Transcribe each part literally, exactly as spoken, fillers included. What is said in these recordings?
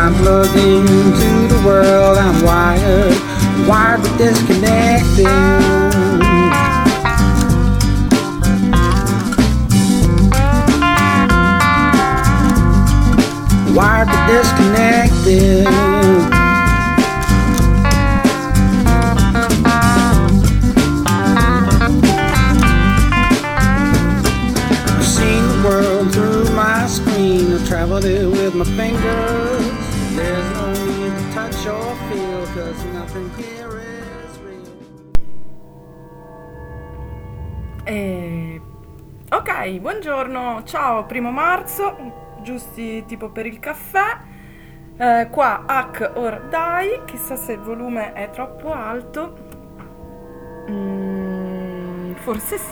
I'm plugged into the world, I'm wired, wired but disconnected. Wired but disconnected. I've seen the world through my screen, I've traveled it with my fingers. There's no need to touch or feel, cause nothing here is real. E... Ok, buongiorno, ciao, primo marzo. Giusti tipo per il caffè, eh, qua Hack or Die, chissà se il volume è troppo alto, mm, forse sì,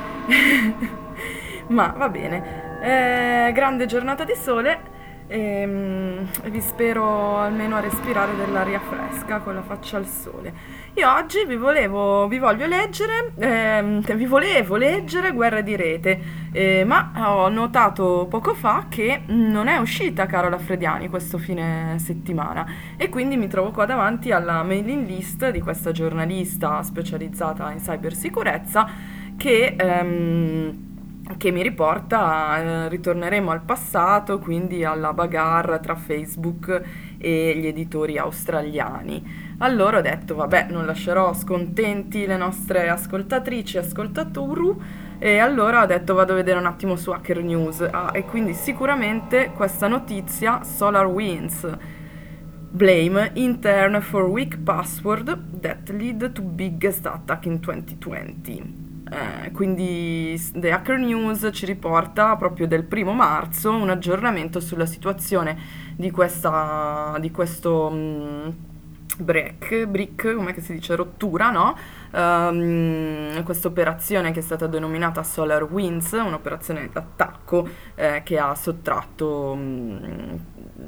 ma va bene, eh, grande giornata di sole e mm, vi spero almeno a respirare dell'aria fresca con la faccia al sole. Io oggi vi volevo, vi voglio leggere, ehm, vi volevo leggere Guerra di Rete, eh, ma ho notato poco fa che non è uscita Carola Frediani questo fine settimana e quindi mi trovo qua davanti alla mailing list di questa giornalista specializzata in cybersicurezza che... Ehm, che mi riporta, eh, ritorneremo al passato, quindi alla bagarre tra Facebook e gli editori australiani. Allora ho detto, vabbè, non lascerò scontenti le nostre ascoltatrici e ascoltatori, e allora ho detto vado a vedere un attimo su Hacker News. Ah, e quindi sicuramente questa notizia, SolarWinds blame intern for weak password that lead to biggest attack in twenty twenty. Eh, quindi The Hacker News ci riporta proprio del primo marzo un aggiornamento sulla situazione di questa di questo mh, break, brick, come si dice, rottura, no? Um, questa operazione che è stata denominata SolarWinds, un'operazione d'attacco eh, che ha sottratto mh,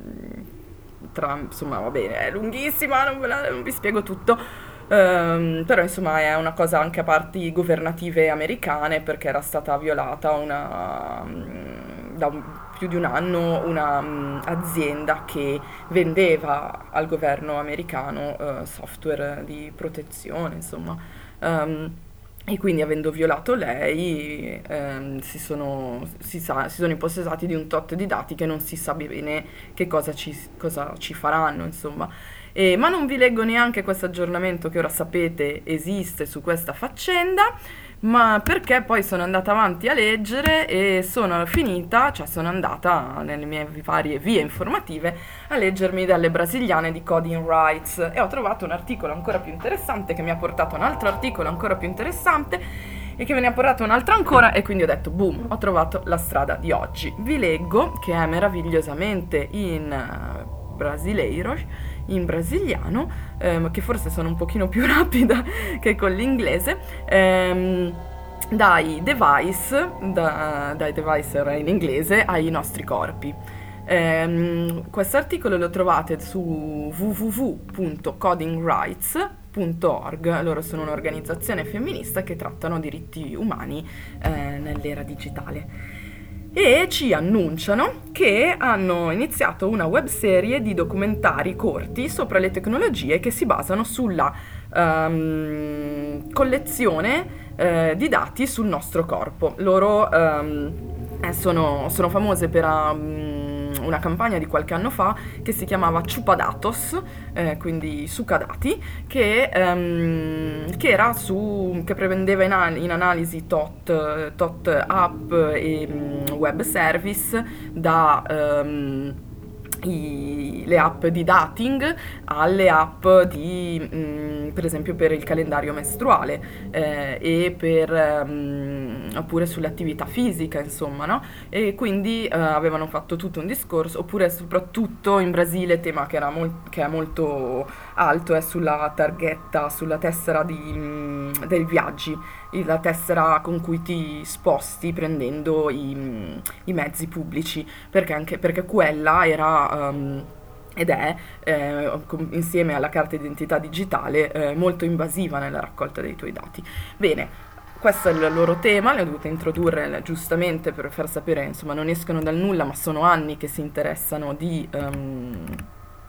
tra, insomma, va bene, è lunghissima, non, ve la, non vi spiego tutto. Um, però insomma è una cosa anche a parti governative americane, perché era stata violata una, um, da un, più di un anno una um, azienda che vendeva al governo americano uh, software di protezione, insomma. Um, e quindi avendo violato lei um, si, sono, si, sa, si sono impossessati di un tot di dati che non si sa bene che cosa ci, cosa ci faranno, insomma. Eh, ma non vi leggo neanche questo aggiornamento che ora sapete esiste su questa faccenda, ma perché poi sono andata avanti a leggere e sono finita, cioè sono andata nelle mie varie vie informative a leggermi dalle brasiliane di Coding Rights e ho trovato un articolo ancora più interessante che mi ha portato un altro articolo ancora più interessante e che me ne ha portato un altro ancora, e quindi ho detto boom, ho trovato la strada di oggi. Vi leggo, che è meravigliosamente in uh, brasileiro, in brasiliano, ehm, che forse sono un pochino più rapida che con l'inglese, ehm, dai device, da, dai device in inglese ai nostri corpi. Ehm, questo articolo lo trovate su w w w punto coding rights punto org. Loro sono un'organizzazione femminista che trattano diritti umani eh, nell'era digitale. E ci annunciano che hanno iniziato una webserie di documentari corti sopra le tecnologie che si basano sulla um, collezione uh, di dati sul nostro corpo. Loro um, sono, sono famose per um, una campagna di qualche anno fa che si chiamava Chupadatos, eh, quindi sucadati, che, um, che era su che prendeva in, an- in analisi tot, tot app e um, web service da um, i, le app di dating alle app di mh, per esempio per il calendario mestruale eh, e per mh, oppure sull'attività fisica, insomma, no? E quindi eh, avevano fatto tutto un discorso, oppure soprattutto in Brasile, tema che, era mol- che è molto alto, è sulla targhetta, sulla tessera di, mh, dei viaggi, la tessera con cui ti sposti prendendo i, i mezzi pubblici, perché anche perché quella era um, ed è, eh, com- insieme alla carta d'identità digitale, eh, molto invasiva nella raccolta dei tuoi dati. Bene, questo è il loro tema, le ho dovute introdurre giustamente per far sapere, insomma, non escono dal nulla, ma sono anni che si interessano di... Um,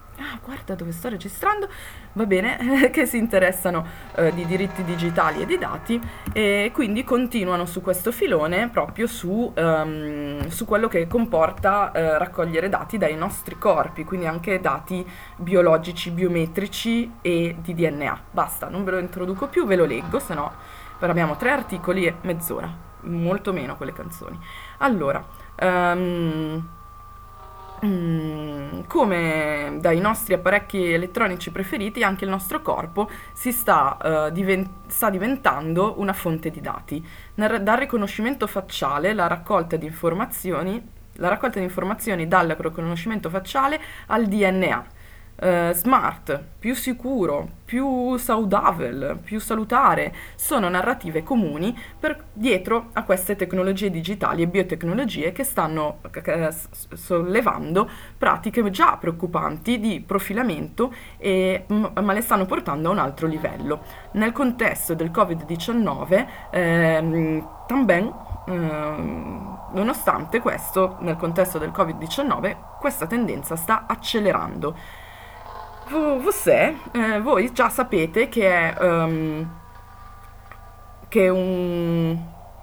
guarda dove sto registrando, va bene, che si interessano eh, di diritti digitali e di dati, e quindi continuano su questo filone proprio su, ehm, su quello che comporta eh, raccogliere dati dai nostri corpi, quindi anche dati biologici, biometrici e di D N A. Basta, non ve lo introduco più, ve lo leggo, se no abbiamo tre articoli e mezz'ora, molto meno quelle canzoni. Allora, um, um, come dai nostri apparecchi elettronici preferiti, anche il nostro corpo si sta, uh, diven- sta diventando una fonte di dati. Nel- dal riconoscimento facciale, la raccolta di informazioni, la raccolta di informazioni dal riconoscimento facciale al D N A. Uh, smart, più sicuro, più saudabile, più salutare, sono narrative comuni per, dietro a queste tecnologie digitali e biotecnologie che stanno eh, sollevando pratiche già preoccupanti di profilamento, e, m- ma le stanno portando a un altro livello. Nel contesto del covid diciannove, ehm, tamben, ehm, nonostante questo, nel contesto del covid diciannove, questa tendenza sta accelerando. Você, eh, voi già sapete che è, um, che un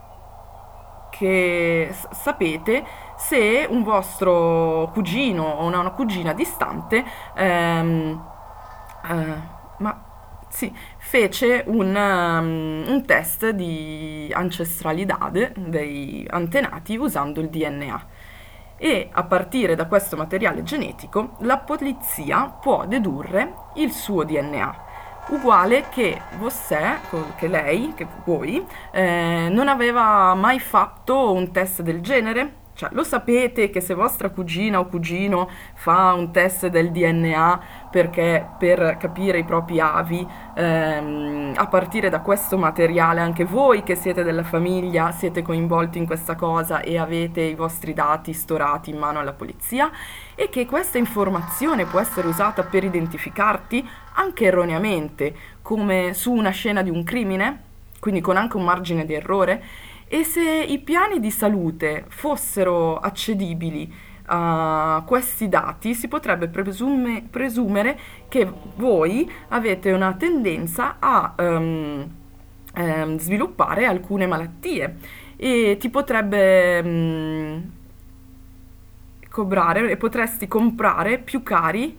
che s- sapete se un vostro cugino o una, una cugina distante ehm, eh, ma sì, fece un, um, un test di ancestralità dei antenati usando il D N A. E a partire da questo materiale genetico la polizia può dedurre il suo D N A, uguale che você, che lei, che voi, eh, non aveva mai fatto un test del genere? Cioè, lo sapete che se vostra cugina o cugino fa un test del D N A perché per capire i propri avi, ehm, a partire da questo materiale, anche voi che siete della famiglia siete coinvolti in questa cosa e avete i vostri dati storati in mano alla polizia, e che questa informazione può essere usata per identificarti anche erroneamente, come su una scena di un crimine, quindi con anche un margine di errore. E se i piani di salute fossero accedibili a questi dati, si potrebbe presume- presumere che voi avete una tendenza a ehm, ehm, sviluppare alcune malattie, e ti potrebbe ehm, cobrare, e potresti comprare più cari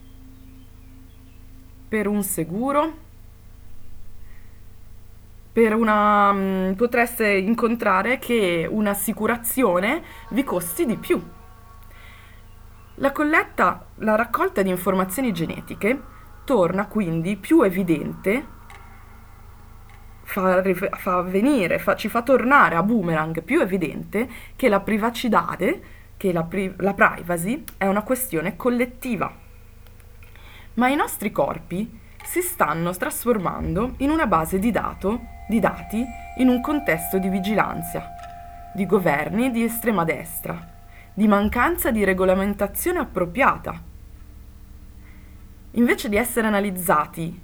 per un seguro. Per una, mh, potreste incontrare che un'assicurazione vi costi di più. La colletta, la raccolta di informazioni genetiche torna quindi più evidente, fa, rif- fa venire, fa- ci fa tornare a boomerang più evidente che la privacità, che la, pri- la privacy è una questione collettiva. Ma i nostri corpi si stanno trasformando in una base di, dato, di dati in un contesto di vigilanza, di governi di estrema destra, di mancanza di regolamentazione appropriata. Invece di essere analizzati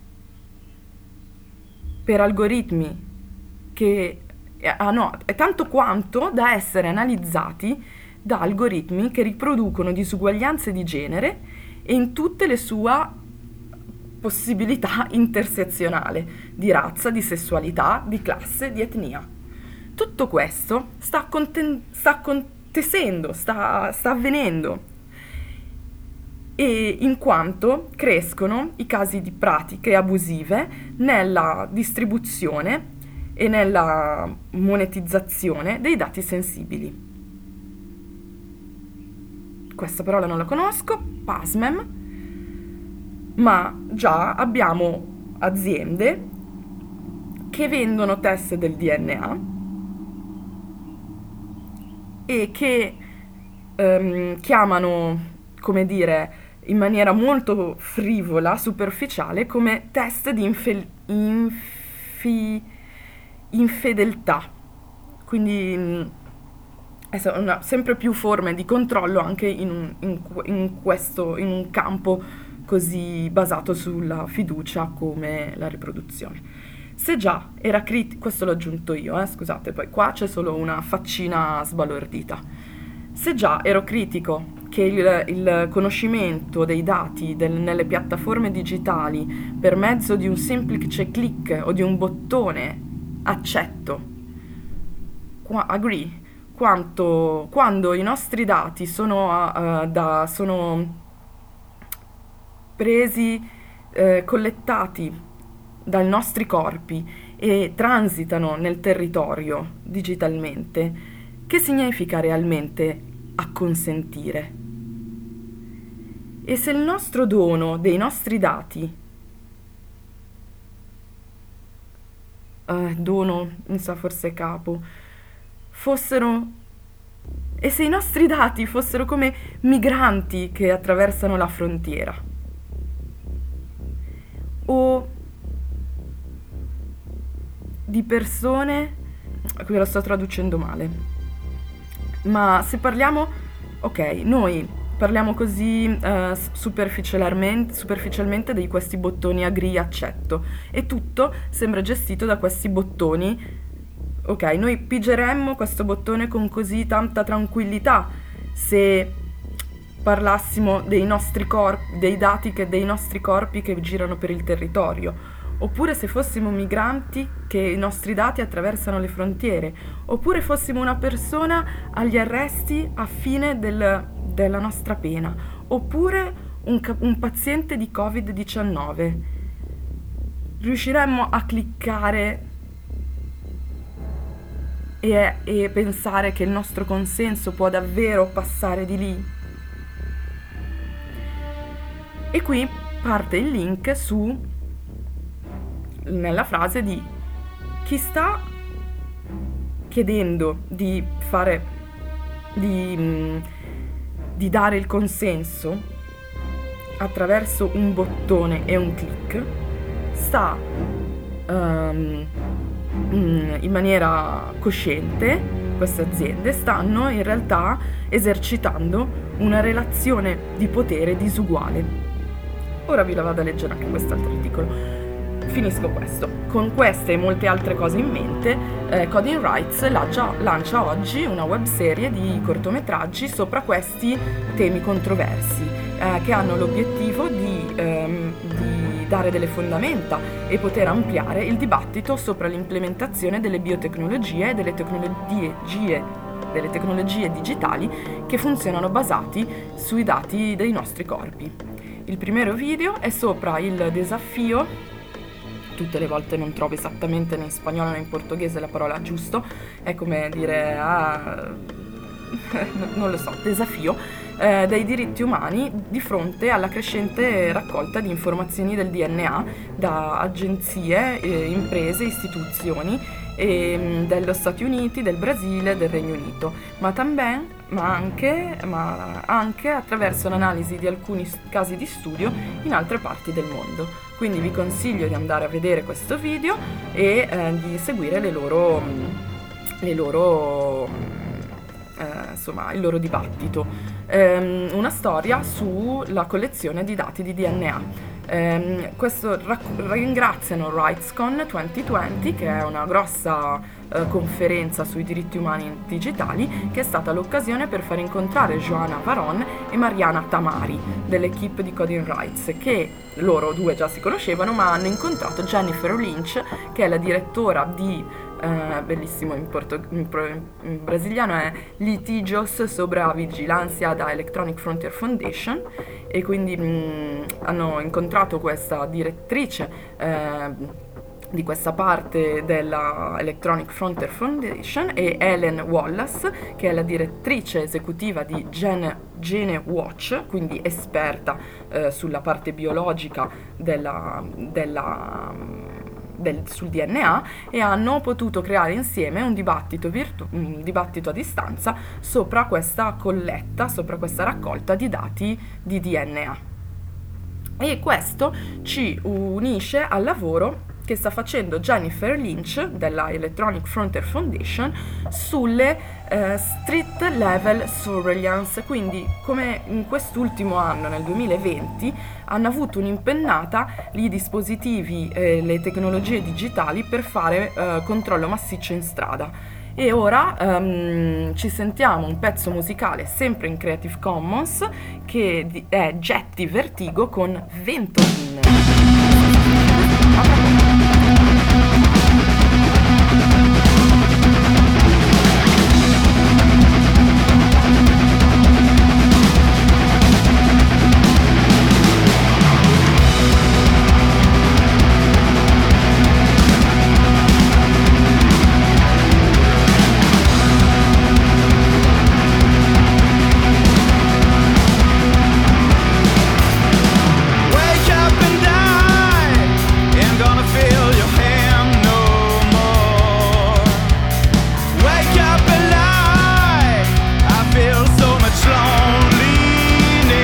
per algoritmi che ah no, è tanto quanto da essere analizzati da algoritmi che riproducono disuguaglianze di genere e in tutte le sue possibilità intersezionale, di razza, di sessualità, di classe, di etnia. Tutto questo sta, conten- sta acontecendo, sta, sta avvenendo, e in quanto crescono i casi di pratiche abusive nella distribuzione e nella monetizzazione dei dati sensibili. Questa parola non la conosco, PASMEM, ma già abbiamo aziende che vendono test del D N A e che ehm, chiamano, come dire, in maniera molto frivola, superficiale, come test di infe- infi- infedeltà. Quindi mh, una, sempre più forme di controllo anche in, un, in, in questo, in un campo così basato sulla fiducia come la riproduzione. Se già era critico, questo l'ho aggiunto io, eh, scusate, poi qua c'è solo una faccina sbalordita. Se già ero critico che il, il conoscimento dei dati del, nelle piattaforme digitali per mezzo di un semplice click o di un bottone accetto, qua, agree, quanto, quando i nostri dati sono, uh, da, sono presi, eh, collettati dai nostri corpi e transitano nel territorio digitalmente, che significa realmente acconsentire? E se il nostro dono dei nostri dati, eh, dono, mi sa forse capo, fossero, e se i nostri dati fossero come migranti che attraversano la frontiera, o di persone, qui lo sto traducendo male, ma se parliamo, ok, noi parliamo così uh, superficialmente, superficialmente di questi bottoni agree, accetto, e tutto sembra gestito da questi bottoni. Ok, noi pigeremmo questo bottone con così tanta tranquillità se parlassimo dei nostri corpi, dei dati che dei nostri corpi che girano per il territorio, oppure se fossimo migranti che i nostri dati attraversano le frontiere, oppure fossimo una persona agli arresti a fine del, della nostra pena, oppure un, un paziente di covid diciannove. Riusciremmo a cliccare e, e pensare che il nostro consenso può davvero passare di lì? E qui parte il link su, nella frase di chi sta chiedendo di fare, di, di dare il consenso attraverso un bottone e un click, sta um, in maniera cosciente, queste aziende stanno in realtà esercitando una relazione di potere disuguale. Ora vi la vado a leggere anche quest'altro articolo. Finisco questo. Con queste e molte altre cose in mente, eh, Coding Rights lancia, lancia oggi una webserie di cortometraggi sopra questi temi controversi, eh, che hanno l'obiettivo di, ehm, di dare delle fondamenta e poter ampliare il dibattito sopra l'implementazione delle biotecnologie e delle tecnologie, delle tecnologie digitali che funzionano basati sui dati dei nostri corpi. Il primo video è sopra il desafio, tutte le volte non trovo esattamente né in spagnolo né in portoghese la parola giusto, è come dire, ah, non lo so, desafio, eh, dei diritti umani di fronte alla crescente raccolta di informazioni del D N A da agenzie, eh, imprese, istituzioni eh, dello Stati Uniti, del Brasile, del Regno Unito, ma también ma anche, ma anche attraverso l'analisi di alcuni casi di studio in altre parti del mondo. Quindi vi consiglio di andare a vedere questo video e eh, di seguire le loro, le loro eh, insomma, il loro dibattito. Ehm, una storia sulla collezione di dati di D N A. Um, questo rac- ringraziano RightsCon duemilaventi, che è una grossa uh, conferenza sui diritti umani digitali, che è stata l'occasione per far incontrare Joanna Varon e Mariana Tamari dell'equipe di Coding Rights, che loro due già si conoscevano, ma hanno incontrato Jennifer Lynch, che è la direttora di Uh, bellissimo in, porto- in, pro- in brasiliano è Litigios sobre a Vigilancia da Electronic Frontier Foundation, e quindi mh, hanno incontrato questa direttrice uh, di questa parte della Electronic Frontier Foundation, e Ellen Wallace, che è la direttrice esecutiva di Gene, Gene Watch, quindi esperta uh, sulla parte biologica della, della Del, sul D N A, e hanno potuto creare insieme un dibattito, virtu- un dibattito a distanza sopra questa colletta, sopra questa raccolta di dati di D N A. E questo ci unisce al lavoro che sta facendo Jennifer Lynch della Electronic Frontier Foundation sulle eh, street level surveillance. Quindi, come in quest'ultimo anno, nel duemilaventi, hanno avuto un'impennata i dispositivi e eh, le tecnologie digitali per fare eh, controllo massiccio in strada. E ora um, ci sentiamo un pezzo musicale sempre in Creative Commons che di- è Getty Vertigo con Ventoline. Wake up and die. Ain't gonna feel your hand no more. Wake up and lie. I feel so much loneliness.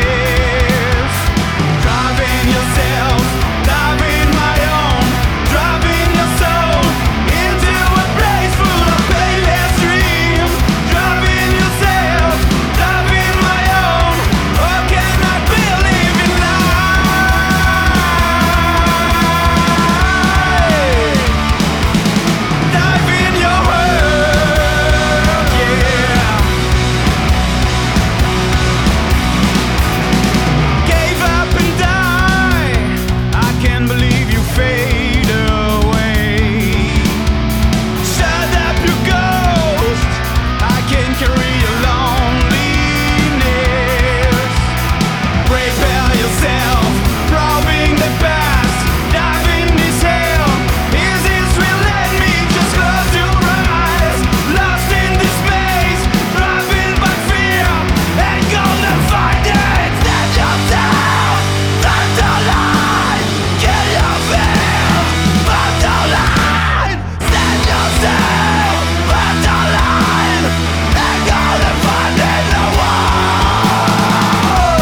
Driving yourself, loving my own. Driving your soul into a place full of painless dreams. Driving yourself, loving my own. Oh, can I believe in life? Dive in your world, yeah. Gave up and died. I can't believe you fade away. Shut up, you ghost. I can carry your loneliness. Prepare yourself, robbing the past. Dive in this hell. Is this real? Let me just close your eyes. Lost in this space, driving by fear. Ain't gonna find it. Stand yourself, stand the line. Kill your fear, stand the line. Stand yourself, stand the line. Ain't gonna find it no more.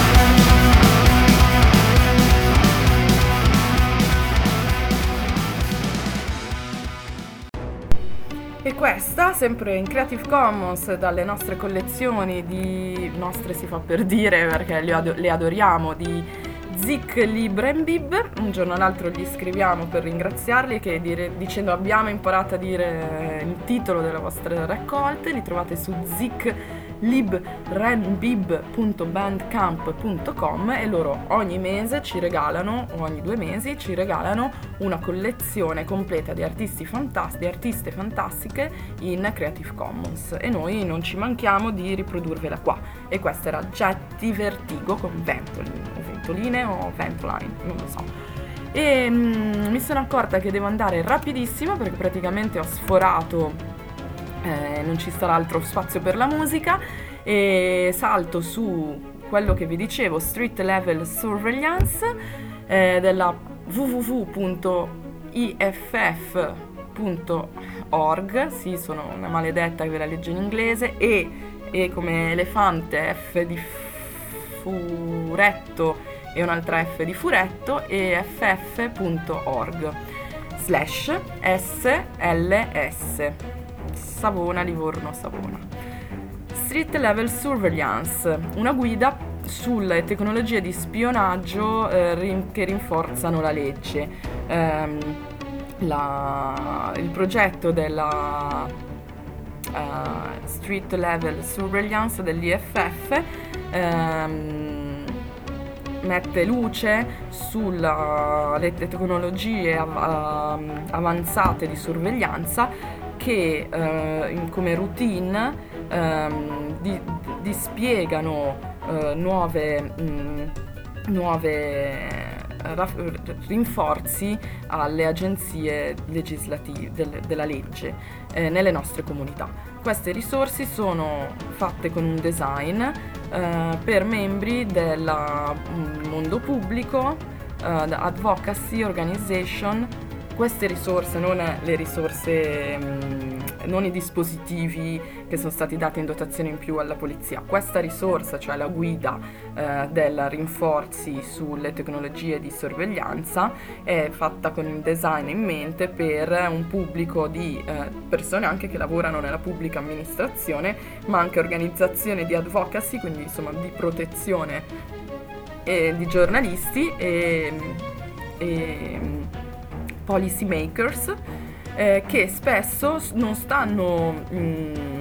E questa, sempre in Creative Commons, dalle nostre collezioni di nostre si fa per dire perché le, ado- le adoriamo, di Zic, Libra e Bib. Un giorno o l'altro gli scriviamo per ringraziarli, che dire- dicendo abbiamo imparato a dire il titolo delle vostre raccolte. Li trovate su zic lib renbib punto bandcamp punto com e loro ogni mese ci regalano, o ogni due mesi ci regalano una collezione completa di artisti fantastici, di artiste fantastiche in Creative Commons, e noi non ci manchiamo di riprodurvela qua. E questa era Getty Vertigo con Ventoline, o Ventoline o Ventoline, non lo so. E mm, mi sono accorta che devo andare rapidissimo perché praticamente ho sforato, eh, non ci sarà altro spazio per la musica, e salto su quello che vi dicevo, Street Level Surveillance, eh, della w w w punto i f f punto org. Sì, sono una maledetta che ve la leggo in inglese, e, e come elefante, F di furetto e un'altra F di furetto, e ff punto org slash S L S Savona, Livorno, Savona. Street Level Surveillance, una guida sulle tecnologie di spionaggio eh, rin- che rinforzano la legge. Ehm, la- il progetto della uh, Street Level Surveillance dell'I F F ehm, mette luce sulle tecnologie av- avanzate di sorveglianza che eh, in- come routine ehm, di- dispiegano eh, nuove, mh, nuove raff- rinforzi alle agenzie legislative del- della legge eh, nelle nostre comunità. Queste risorse sono fatte con un design eh, per membri del mondo pubblico, eh, advocacy organization. Queste risorse, non le risorse, mh, non i dispositivi che sono stati dati in dotazione in più alla polizia. Questa risorsa, cioè la guida eh, del rinforzi sulle tecnologie di sorveglianza, è fatta con il design in mente per un pubblico di eh, persone anche che lavorano nella pubblica amministrazione, ma anche organizzazioni di advocacy, quindi insomma di protezione e di giornalisti e, e policy makers, eh, che spesso non stanno mh,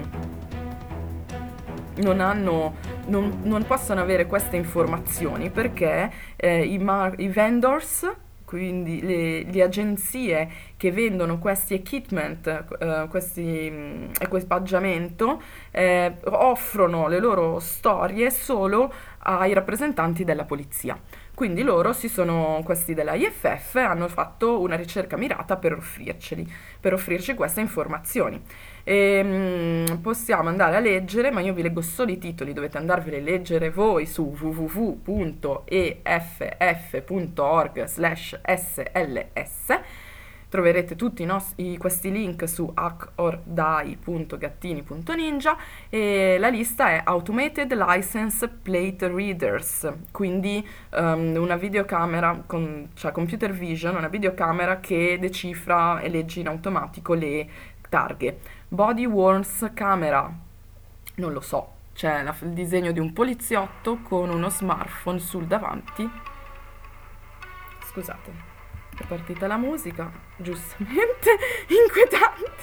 non hanno non, non possono avere queste informazioni perché eh, i, mar- i vendors, quindi le, le agenzie che vendono questi equipment, eh, questi mh, equipaggiamento, eh, offrono le loro storie solo ai rappresentanti della polizia. Quindi loro si sono, questi della I F F, hanno fatto una ricerca mirata per offrirceli, per offrirci queste informazioni. E, mh, possiamo andare a leggere, ma io vi leggo solo i titoli, dovete andarveli a leggere voi su w w w punto e f f punto org slash s l s. Troverete tutti i nostri, questi link su hack or die punto gattini punto ninja e la lista è Automated License Plate Readers, quindi um, una videocamera, con, cioè computer vision, una videocamera che decifra e legge in automatico le targhe. Body worn camera, non lo so, c'è la, il disegno di un poliziotto con uno smartphone sul davanti. Scusate. È partita la musica, giustamente, inquietante.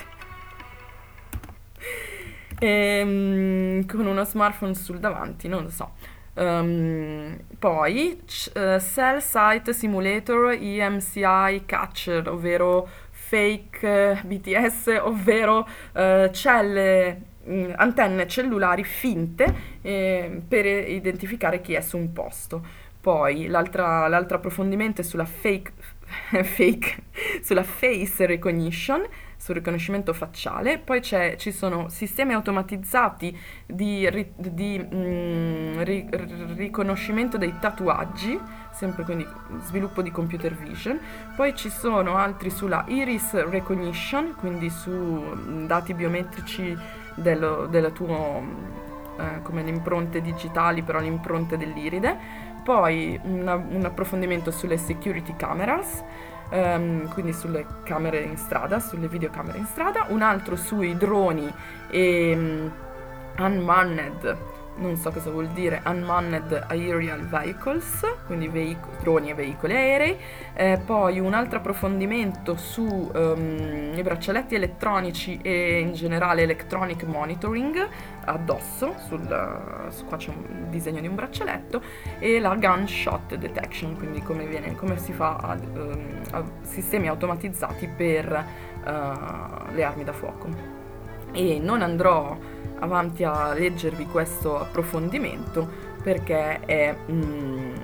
E, con uno smartphone sul davanti, non lo so. Um, poi uh, Cell Site Simulator E M C I Catcher, ovvero fake uh, B T S, ovvero uh, celle, mh, antenne cellulari finte eh, per identificare chi è su un posto. Poi l'altra, l'altro approfondimento è sulla fake, fake, sulla face recognition, sul riconoscimento facciale. Poi c'è, ci sono sistemi automatizzati di, ri, di mm, ri, riconoscimento dei tatuaggi, sempre quindi sviluppo di computer vision. Poi ci sono altri sulla iris recognition, quindi su dati biometrici dello, della tua, eh, come le impronte digitali, però le impronte dell'iride. Poi una, un approfondimento sulle security cameras, um, quindi sulle camere in strada, sulle videocamere in strada, un altro sui droni e um, unmanned, non so cosa vuol dire, unmanned aerial vehicles, quindi veic- droni e veicoli aerei, eh, poi un altro approfondimento su um, i braccialetti elettronici e in generale electronic monitoring addosso, sul, su, qua c'è un disegno di un braccialetto, e la gunshot detection, quindi come, viene, come si fa a, um, a sistemi automatizzati per uh, le armi da fuoco. E non andrò avanti a leggervi questo approfondimento perché è, mm,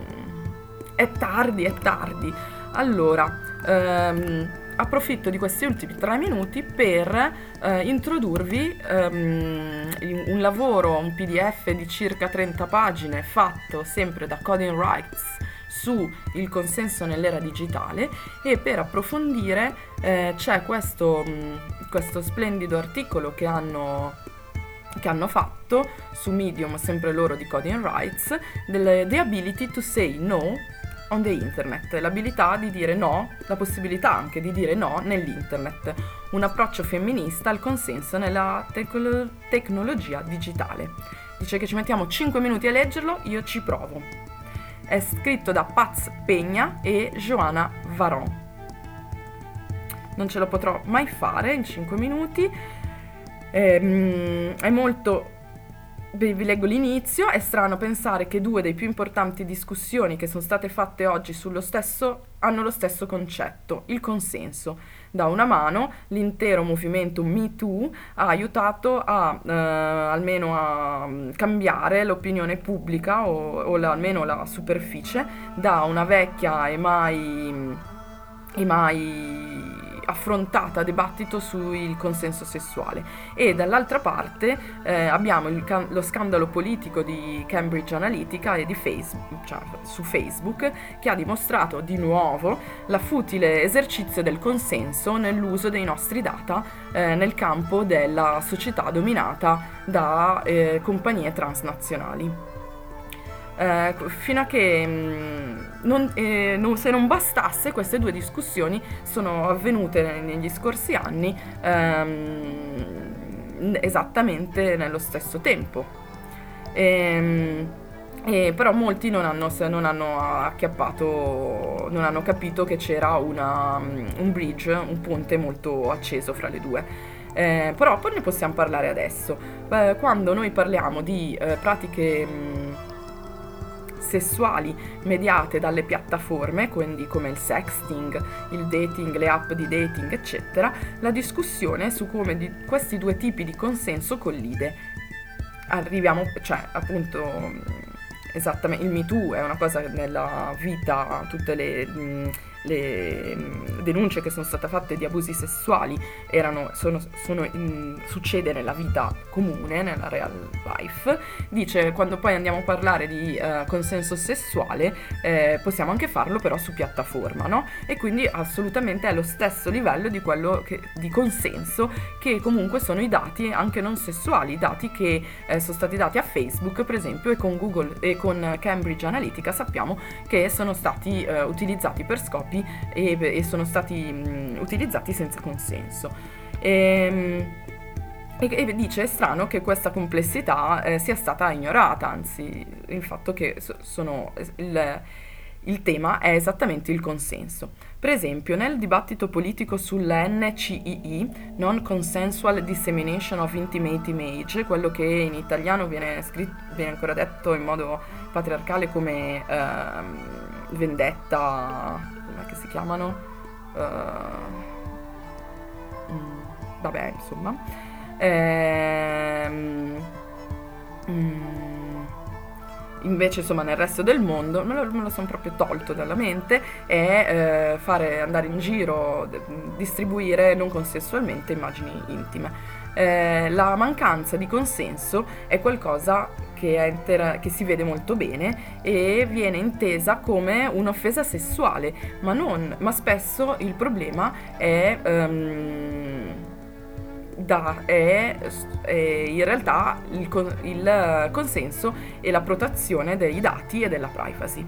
è tardi, è tardi. Allora, ehm, approfitto di questi ultimi tre minuti per eh, introdurvi ehm, un lavoro, un P D F di circa trenta pagine fatto sempre da Coding Rights su il consenso nell'era digitale, e per approfondire eh, c'è questo, mh, questo splendido articolo che hanno che hanno fatto su Medium, sempre loro di Coding Rights, del The Ability to Say No on the Internet, l'abilità di dire no, la possibilità anche di dire no nell'internet, un approccio femminista al consenso nella tecno- tecnologia digitale. Dice che ci mettiamo cinque minuti a leggerlo, io ci provo. È scritto da Paz Peña e Joana Varon. Non ce lo potrò mai fare in cinque minuti. Ehm, è molto... Vi, vi leggo l'inizio. È strano pensare che due dei più importanti discussioni che sono state fatte oggi sullo stesso hanno lo stesso concetto, il consenso. Da una mano l'intero movimento Me Too ha aiutato a eh, almeno a cambiare l'opinione pubblica o, o la, almeno la superficie da una vecchia e mai, e mai affrontata dibattito sul consenso sessuale, e dall'altra parte eh, abbiamo il can- lo scandalo politico di Cambridge Analytica e di Facebook, cioè su Facebook, che ha dimostrato di nuovo la futile esercizio del consenso nell'uso dei nostri data eh, nel campo della società dominata da eh, compagnie transnazionali. Eh, fino a che mh, non, eh, non, se non bastasse, queste due discussioni sono avvenute negli scorsi anni ehm, esattamente nello stesso tempo. E, E però molti non hanno, se- non hanno acchiappato, non hanno capito che c'era una, un bridge, un ponte molto acceso fra le due. Eh, però poi ne possiamo parlare adesso. Eh, quando noi parliamo di eh, pratiche mh, sessuali mediate dalle piattaforme, quindi come il sexting, il dating, le app di dating, eccetera, la discussione su come di questi due tipi di consenso collide. Arriviamo, cioè, appunto, esattamente, il Me Too è una cosa nella vita, tutte le, mh, le mh, denunce che sono state fatte di abusi sessuali erano, sono, sono in, succede nella vita comune, nella real life. Dice, quando poi andiamo a parlare di uh, consenso sessuale, eh, possiamo anche farlo però su piattaforma, no? E quindi assolutamente è lo stesso livello di quello che, di consenso che comunque sono i dati anche non sessuali, i dati che eh, sono stati dati a Facebook, per esempio, e con Google e con Cambridge Analytica sappiamo che sono stati uh, utilizzati per scopi e, e sono stati mh, utilizzati senza consenso. E, e, e dice, è strano che questa complessità eh, sia stata ignorata, anzi il fatto che so, sono il, il tema è esattamente il consenso. Per esempio, nel dibattito politico sulla N C I I, Non Consensual Dissemination of Intimate Image, quello che in italiano viene scritto, viene ancora detto in modo patriarcale come ehm, vendetta, come che si chiamano? Uh, mm, vabbè, insomma. Ehm, mm, invece, insomma, nel resto del mondo, me lo, me lo sono proprio tolto dalla mente, è eh, fare andare in giro, d- distribuire non consensualmente immagini intime. Eh, la mancanza di consenso è qualcosa che, è intera- che si vede molto bene e viene intesa come un'offesa sessuale, ma, non, ma spesso il problema è, um, da, è, è in realtà il, con- il consenso e la protezione dei dati e della privacy.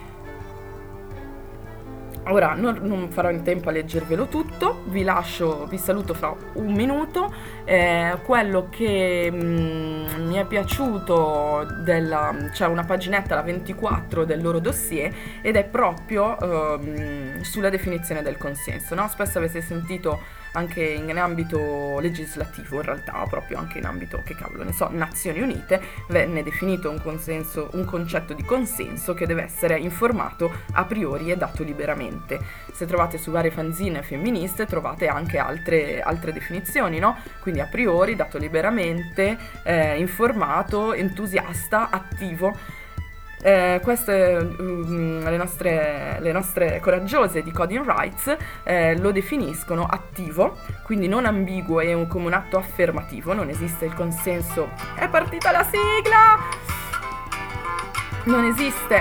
Ora non, non farò in tempo a leggervelo tutto, vi lascio, vi saluto fra un minuto. Eh, quello che mh, mi è piaciuto, della, c'è una paginetta, la ventiquattro, del loro dossier, ed è proprio eh, sulla definizione del consenso, no? Spesso avete sentito anche in ambito legislativo, in realtà proprio anche in ambito, che cavolo ne so, Nazioni Unite, venne definito un consenso, un concetto di consenso che deve essere informato a priori e dato liberamente. Se trovate su varie fanzine femministe trovate anche altre, altre definizioni, no? Quindi a priori, dato liberamente, eh, informato, entusiasta, attivo. Eh, queste um, le, nostre, le nostre coraggiose di Coding Rights eh, lo definiscono attivo, quindi non ambiguo e un, come un atto affermativo. Non esiste il consenso. È partita la sigla! Non esiste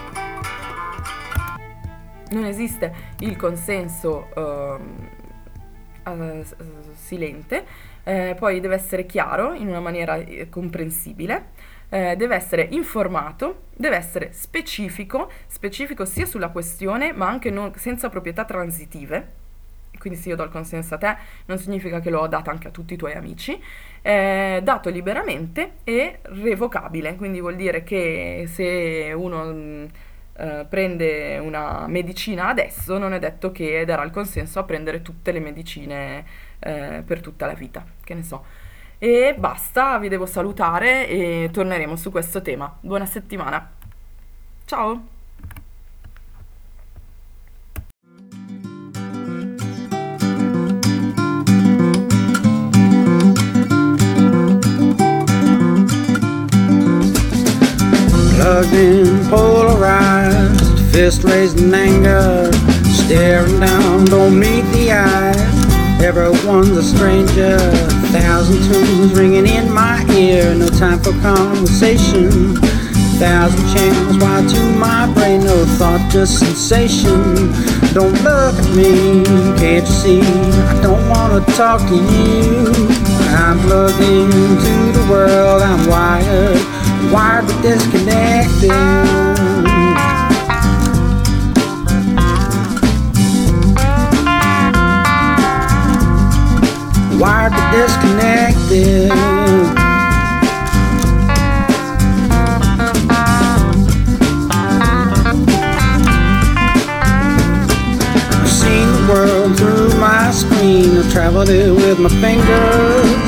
non esiste il consenso um, uh, silente. Eh, poi deve essere chiaro in una maniera eh, comprensibile. Eh, deve essere informato, deve essere specifico, specifico sia sulla questione ma anche non, senza proprietà transitive. Quindi se io do il consenso a te non significa che l'ho dato anche a tutti i tuoi amici. Eh, dato liberamente e revocabile, quindi vuol dire che se uno mh, eh, prende una medicina adesso non è detto che darà il consenso a prendere tutte le medicine eh, per tutta la vita, che ne so. E basta, vi devo salutare e torneremo su questo tema. Buona settimana. Ciao! Plugged in, polarized, fist raised in anger, staring down, don't meet the eyes. Everyone's a stranger, thousand tunes ringing in my ear, no time for conversation. Thousand channels wired to my brain, no thought, just sensation. Don't look at me, can't you see? I don't wanna talk to you. I'm plugged into the world, I'm wired, wired but disconnected. Wired but disconnected. screen. I traveled it with my fingers.